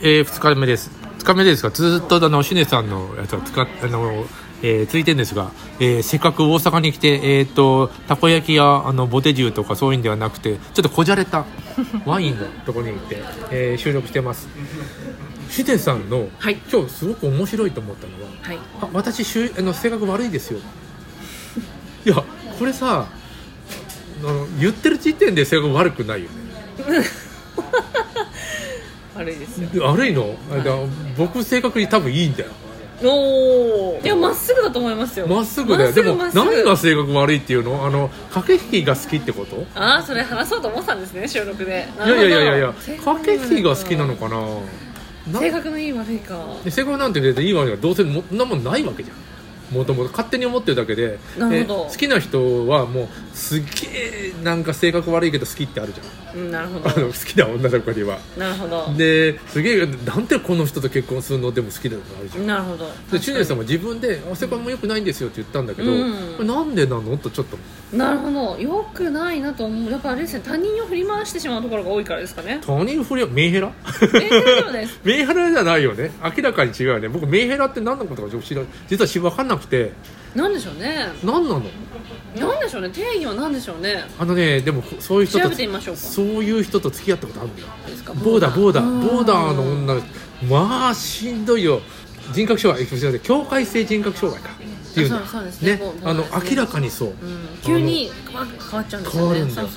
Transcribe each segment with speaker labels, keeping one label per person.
Speaker 1: 2日目です。2日目ですが、ずっとシネさんのやつを続いてるんですが、せっかく大阪に来て、たこ焼きやボテジュとかそういうんではなくて、ちょっとこじゃれたワインのところに行って、収録してます。シネさんの、
Speaker 2: はい、
Speaker 1: 今日すごく面白いと思ったのは、
Speaker 2: はい、
Speaker 1: 私性格悪いですよ。いやこれさ、言ってる時点で性格悪くないよね。
Speaker 2: 悪いですよ。
Speaker 1: 悪いの、
Speaker 2: はい、
Speaker 1: 僕性格に多分いいんだよ。
Speaker 2: おー、いやまっすぐだと思いますよ。
Speaker 1: まっすぐだよ。でも何が性格悪いっていうの？駆け引きが好きってこと？
Speaker 2: ああ、それ話そうと思ってたんですね、収録で。
Speaker 1: いや駆け引きが好きなのかな。
Speaker 2: 性格のいい悪いか。
Speaker 1: 性格なんていい悪いがどうせそんなもんないわけじゃん。もともと勝手に思ってるだけで、好きな人はもうすげえなんか性格悪いけど好きってあるじゃん。
Speaker 2: なるほど。
Speaker 1: 好きな女の子には。
Speaker 2: なるほど。
Speaker 1: ですげえなんでこの人と結婚するのでも好きなのがあるじゃん。
Speaker 2: なるほど。
Speaker 1: でシュネさんも自分で性格も良くないんですよって言ったんだけど、なんでなのとちょっと。
Speaker 2: なるほど。良くないなと思う。やっぱあれですね、他人を振り回してしまうところが多いからですかね。
Speaker 1: 他人振りメンヘラ？
Speaker 2: メンヘラです。
Speaker 1: メンヘラじゃないよね。明らかに違うよね。僕メンヘラって何のことか実は分かんなくて。
Speaker 2: なんでしょうね。
Speaker 1: 何なの？
Speaker 2: なんでしょうね。定義は何でしょうね。
Speaker 1: でもそういう人と
Speaker 2: 調べてみましょうか。
Speaker 1: そういう人と付き合ったことあるんだよ。
Speaker 2: ボーダ
Speaker 1: ーの女、まあしんどいよ。人格障害、境界性人格障害かっていうんだよ。
Speaker 2: そうですね。
Speaker 1: 明らかにそう。
Speaker 2: 急に変わっちゃうんですよね。変わるんだよ。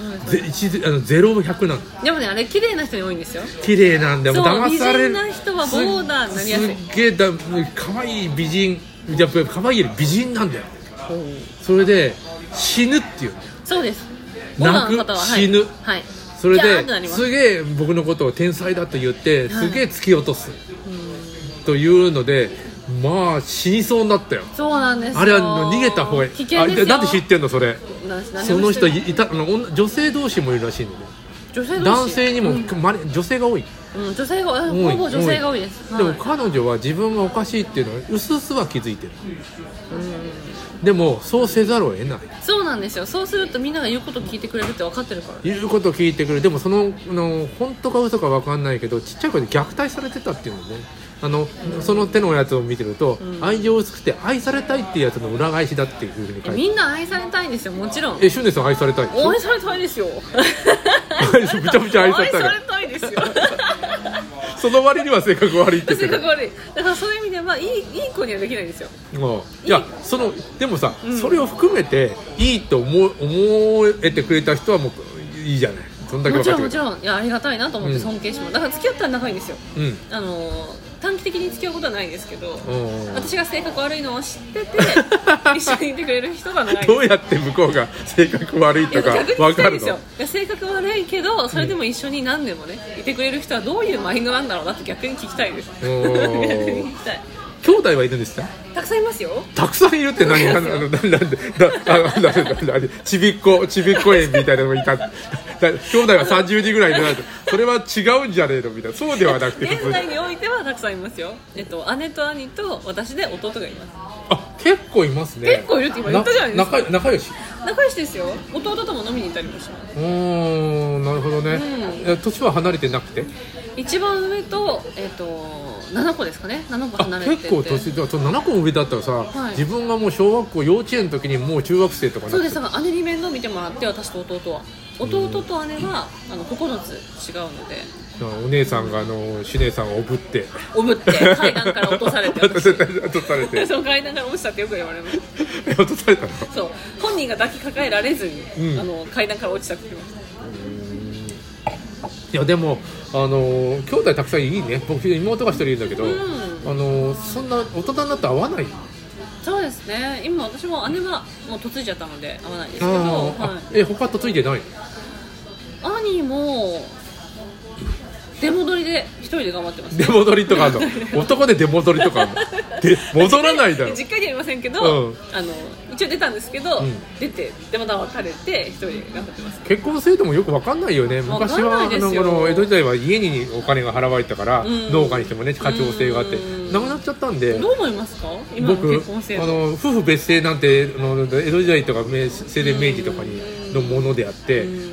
Speaker 1: 0、100なんだ。
Speaker 2: でもね、あれ綺麗な人に多いんですよ。
Speaker 1: 綺麗なんだよ。騙される。
Speaker 2: 美人な人はボーダーになりやすい。
Speaker 1: すっげえ可愛い美人。やっぱり可愛いより美人なんだよ。それで死ぬっていうんだよ。
Speaker 2: そうです。
Speaker 1: 泣く、死ぬ、
Speaker 2: はい、
Speaker 1: それですげえ僕のことを天才だと言ってすげえ突き落とす、というので、まあ死にそうになったよ。
Speaker 2: そうなんですよ。
Speaker 1: あれは逃げた方がいい。
Speaker 2: 危険ですよ。
Speaker 1: なんで知ってんのそれ？その人いた女性同士もいるらしいのね。男性にも、女性が多い。
Speaker 2: 女性がほぼ女性が多いです。
Speaker 1: でも彼女は自分がおかしいっていうのは薄々は気づいてる。でもそうせざるを得ない。
Speaker 2: そうなんですよ。そうするとみんなが言うことを聞いてくれるって分かってるから。
Speaker 1: 言うことを聞いてくれる。でも本当か嘘か分かんないけど、ちっちゃい子で虐待されてたっていうのね。その手のやつを見てると、愛情薄くて愛されたいっていうやつの裏返しだっていう風に書いて。
Speaker 2: みんな愛されたいんですよ、もちろん。
Speaker 1: シュネさん愛されたいでしょ？
Speaker 2: 愛されたいですよ。
Speaker 1: めちゃめちゃ愛されたい。
Speaker 2: 愛されたいですよ。
Speaker 1: その割には性格悪いって言ってる。
Speaker 2: 性格悪い。だからそういう意味ではいい子にはできないんですよ。
Speaker 1: いやでもさ、それを含めていいと思えてくれた人はもういいじゃない。そんだけ分かってくれる。
Speaker 2: もちろんいやありがたいなと思って尊敬します。だから付き合ったら仲いいんですよ。短期的に付き合うことはないんですけど、私が性格悪いのを知ってて一緒にいてくれる人がない。
Speaker 1: どうやって向こうが性格悪いとか分かるの？
Speaker 2: 性格悪いけどそれでも一緒に何年もねいてくれる人はどういうマインドなんだろうなって逆に聞きたいです。逆に聞きたい。
Speaker 1: 兄弟はいるんですか？
Speaker 2: たくさんいますよ。
Speaker 1: たくさんいるって何？ちびっこ園みたいなのがいた。兄弟は30人ぐらいいないと、それは違うんじゃねえのみたいな。そうではなくて
Speaker 2: 現在においてはたくさんいますよ。姉と兄と私で弟がいます。
Speaker 1: あ、結構いますね。
Speaker 2: 結構いるって今言ったじゃないですか。
Speaker 1: 仲良し
Speaker 2: ですよ。弟とも飲みに行ったりもします。
Speaker 1: なるほどね。年は離れてなくて、
Speaker 2: 一番上と7個ですかね。7個離れてて。
Speaker 1: 結構年7個上だったらさ、自分がもう小学校幼稚園の時にもう中学生とかなって。
Speaker 2: そうです。だから姉に面倒見てもらって、私と弟は。弟と姉は9つ違うので、
Speaker 1: お姉さんがシュネさんをおぶって
Speaker 2: 階段から落とされてその階段から落ちたってよく言われます。
Speaker 1: 落とされたの？
Speaker 2: そう、本人が抱きかかえられずに、階段から落ちたって言ってました。
Speaker 1: いやでも兄弟たくさんいいね。僕妹が一人いるんだけど、そんな大人になって会わない。
Speaker 2: そうですね。今私も姉はもう嫁いじゃったので会わないですけど、
Speaker 1: 他嫁いでない？
Speaker 2: 兄も出戻りで一人で頑張ってます。
Speaker 1: 出戻りとかあるの？男で出戻りとかあるの？戻らないだろ。
Speaker 2: 実家にはいませんけど、一応出たんですけど、出てでまた別れて一人で頑張ってます。
Speaker 1: 結婚制度もよく分かんないよね。昔はこの江戸時代は家にお金が払われたから、農家にしてもね課長制があってなくなっちゃったんで。
Speaker 2: どう思いますか？今の結婚制度。
Speaker 1: 夫婦別姓なんて江戸時代とか西暦明治とかにのものであって、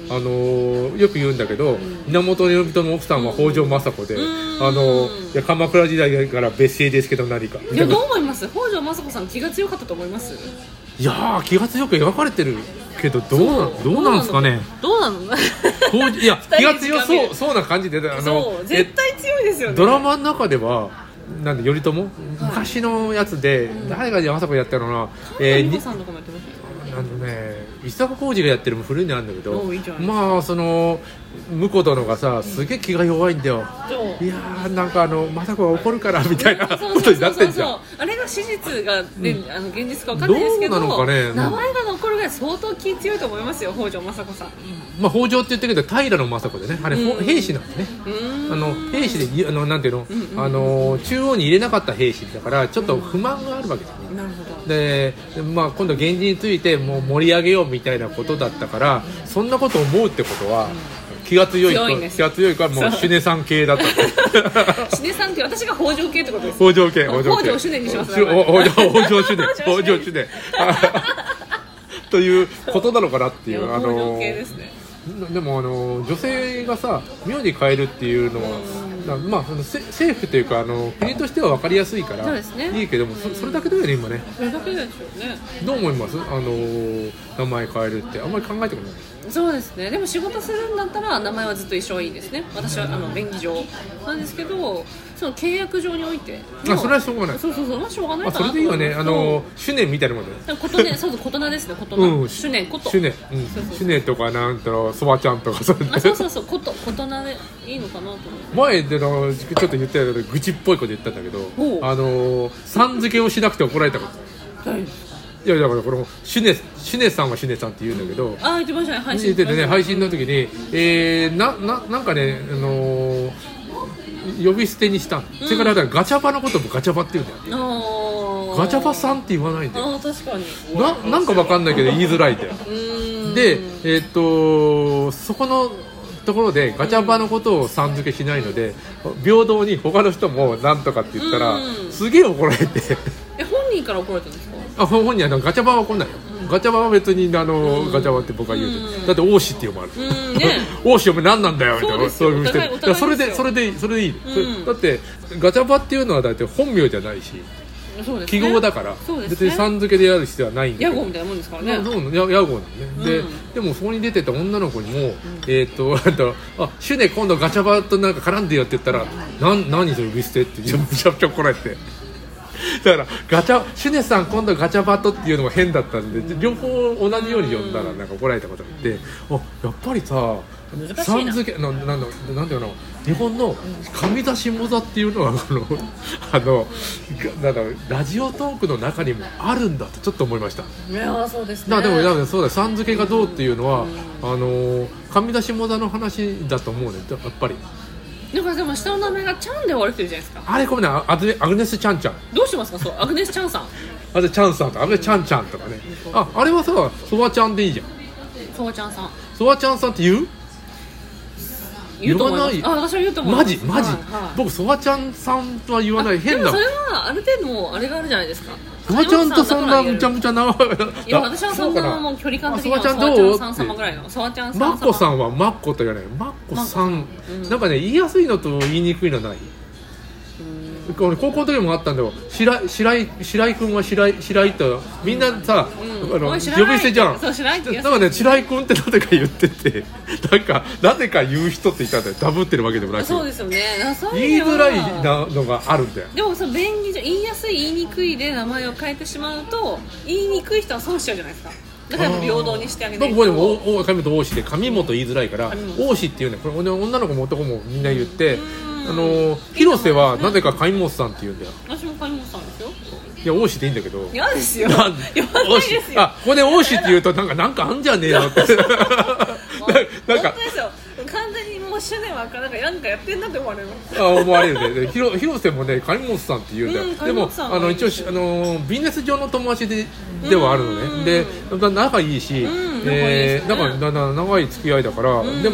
Speaker 1: よく言うんだけど、源頼朝の奥さんは北条政子で、いや鎌倉時代から別姓ですけど何か。
Speaker 2: いやどう思います？北条政子さん気が強かったと思います？
Speaker 1: いや気が強く描かれてるけどどうなんですかね。
Speaker 2: どうなの
Speaker 1: いや気が強そうな感じで
Speaker 2: そう絶対強いですよね。
Speaker 1: ドラマの中ではなんで頼朝、昔のやつで、誰が政子やったのかな、
Speaker 2: 美穂さんとかもやってますよ。
Speaker 1: 石坂浩二がやってるも古いのあるんだけど、まあその婿殿がさすげえ気が弱いんだよ。いやーなんか政子が怒るからみたいなことになってんじゃん。
Speaker 2: あれが史実が、ね現実か分かんないですけど、
Speaker 1: どうなのかね、
Speaker 2: 名前が残るぐらい相当気強いと思いますよ、北条政子さん。
Speaker 1: まあ北条って言ってるけど平の政子でね、あれ兵士なんでね、兵士でなんていうの、中央に入れなかった兵士だからちょっと不満があるわけですね。
Speaker 2: なるほど。
Speaker 1: で、まあ、今度源氏についてもう盛り上げようみたいなことだったから、そんなことを思うってことは、気が強いからもうシュネさん系だったんで
Speaker 2: シュネさんって私が北条系ってことです。
Speaker 1: 北条系
Speaker 2: 北条シュネにします。
Speaker 1: 北条シュネということなのかなっていう。
Speaker 2: 北条系ですね。
Speaker 1: でも女性がさ名字変えるっていうのは、まあ政府というか国としては分かりやすいからいいけども、それだけだよね今ね。
Speaker 2: それだけですよね。
Speaker 1: どう思います？名前変えるってあんまり考えてこない。
Speaker 2: そうですね。でも仕事するんだったら名前はずっと一緒はいいですね。私は便宜上なんですけど、その契約上において
Speaker 1: それはしょうがない。
Speaker 2: そうまあしょうがないかなと。
Speaker 1: それでいいよね。シュネみたいなもんだよ。
Speaker 2: 琴音、そうそう琴音ですね。琴音、シュネこと
Speaker 1: シュネとかなんだろう、そばちゃんとかそう
Speaker 2: 琴音でいいのかなと思って。
Speaker 1: 前でちょっと言ったけど愚痴っぽいこと言ったんだけど、さん付けをしなくて怒られたこと。
Speaker 2: 誰ですか？
Speaker 1: いやだからこのシュネさんはシュネさんって言うんだけど、
Speaker 2: 言ってましたね、配信
Speaker 1: 言っててね、配信の時になんかね呼び捨てにしたの。それからガチャバのこともガチャバって言うんだよ。ガチャバさんって言わないんだよ。
Speaker 2: 確かに
Speaker 1: なんかわかんないけど言いづらいんだよ。でそこのところでガチャバのことをさん付けしないので、平等に他の人もなんとかって言ったらすげえ怒られて
Speaker 2: 本人から怒られたんですか？
Speaker 1: 本人はガチャバは怒んないよ。ガチャバは別にガチャバって僕は言うと、だって王子って呼ばれる、王子お前何なんだよみたいな、そういうしてそれでいい、だってガチャバっていうのはだって本名じゃないし記号だから別にさん付けでやる必要はないんだけど、
Speaker 2: 屋号みたいなもんですからね。
Speaker 1: 屋号なんね。でもそこに出てた女の子にもシュネ今度ガチャバとなんか絡んでよって言ったら何それ呼び捨てってめちゃくちゃ怒られてだからシュネさん今度ガチャバトっていうのも変だったんで、両方同じように呼んだらなんか怒られたことがあって、やっぱりささん付けなんていうの日本の上座下座っていうのはラジオトークの中にもあるんだとちょっで思いました。
Speaker 2: いやそうですね。
Speaker 1: でもそうだ、さん付けがどうっていうのは上座下座の話だと思うねやっぱり。
Speaker 2: でも下の名前がチャンで終わる人いるじゃないですか。
Speaker 1: あれごめんな、アグネスチャンちゃん
Speaker 2: どうしますか？そうアグネスチャンさん
Speaker 1: あれチャンさんとかあれチャンちゃんとかね、あれはさソワちゃんでいいじゃん。
Speaker 2: ソワちゃんさん
Speaker 1: って言う
Speaker 2: と思います。私は言うと思います。
Speaker 1: マジ、僕ソワちゃんさんとは言わない。変な。
Speaker 2: でもそれはある程度もあれがあるじゃないですか。
Speaker 1: ソワちゃんとそんなむちゃむちゃな。
Speaker 2: いや私はそんなもう距離感的にはソワちゃんさん様ぐらいの。ソワちゃんさん様。
Speaker 1: マッコさんはマッコと言わない。マッコさん、なんかね言いやすいのと言いにくいのない。高校の時もあったんだよ。白井君は白井とみんなさ、呼び捨てじゃん。なんかね白井君ってなぜか言ってて、なぜか言う人っていたんだよ。ダブってるわけでもなく。
Speaker 2: そうですよね。
Speaker 1: 言いづらいなのがあるんだよ。
Speaker 2: でも便宜上言いやすい言いにくいで名前を変えてしまうと言いにくい人は損しちゃうじゃないですか。だから平等にしてあげないと。
Speaker 1: 僕も上本王子で上本言いづらいから王子っていうね、これ女の子も男もみんな言って。広瀬はなぜか上本さんって言うんだよ。
Speaker 2: 私も上本さんですよ。
Speaker 1: いや王子でいいんだけど。
Speaker 2: 嫌ですよ。言わないですよ。
Speaker 1: ここで王子って言うとなんかあんじゃねえよって。なんか
Speaker 2: 本当ですよ。完全にもうシュネはなんかやってんなって思われる。
Speaker 1: 思われるね。広瀬もね上本さんって言うんだよ。でも一応ビジネス上の友達ではあるのね。で仲いいし、長い付き合いだから。でも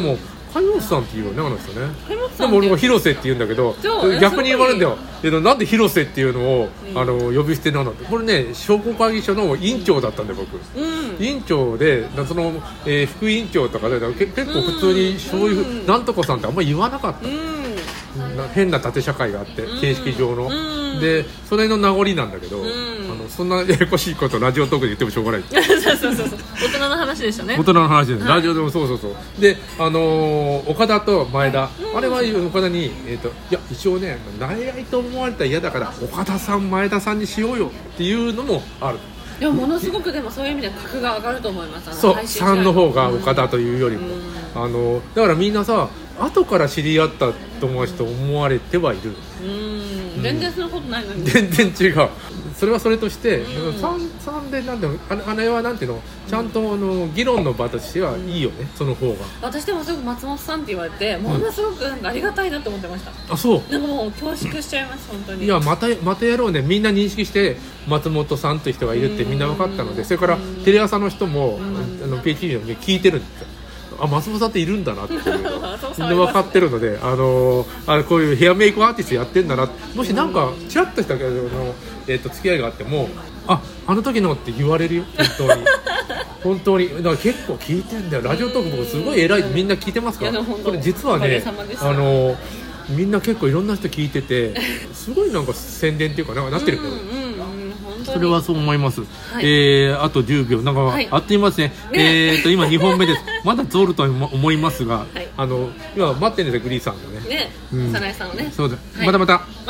Speaker 1: 貝本さんっていうよね、あの人ね。
Speaker 2: 貝本さん
Speaker 1: でも俺も広瀬って言うんだけど、逆に言われるんだよ。なんで広瀬っていうのを、呼び捨てなのって。これね、商工会議所の委員長だったんで僕、委員長でその、副委員長とかで結構普通にそういうなんとかさんってあんまり言わなかった、変な縦社会があって形式上の、でそれの名残なんだけど、そんなややこしいことラジオトークで言ってもしょうがない
Speaker 2: そう大人の話でしたね。
Speaker 1: 大人の話です、ラジオでもそうで、岡田と前田、あれは岡田に、いや一応ね内々と思われたら嫌だから岡田さん前田さんにしようよっていうのもある。
Speaker 2: でもものすごくでもそういう意味で格が上がると思います。
Speaker 1: そう3の方が岡田というよりも、だからみんなさ後から知り合った友達と思われてはいる。
Speaker 2: 全然そんなことないのに。
Speaker 1: 全然違う。それはそれとして、3でなんてあれはなんていうの、ちゃんと議論の場としてはいいよね、その方が。
Speaker 2: 私でもすごく松本さんって言われて、ものすごくなんかありがたいなと思ってました。
Speaker 1: あ、そう
Speaker 2: なんかもう恐縮しちゃいます、本当に。
Speaker 1: いやまたやろうね。みんな認識して松本さんという人がいるってみんな分かったので、それからテレ朝の人もPhD の聞いてるんですよ。あ、松本さんっているんだなっていうみんな分かってるので、こういうヘアメイクアーティストやってんだな。もしなんかチラッとした付き合いがあっても、あの時のって言われるよ、本当にだから結構聞いてんだよ。ラジオトークもすごい偉い、みんな聞いてますから。これ実はね、みんな結構いろんな人聞いてて、すごいなんか宣伝っていうかなってるけど、それはそう思います。あと10秒なんか、あっという間ですね。今2本目です。まだゾルと思いますが、今待ってるんですよ、グリーさんのね。
Speaker 2: 早苗さんをね。
Speaker 1: そうだ。また。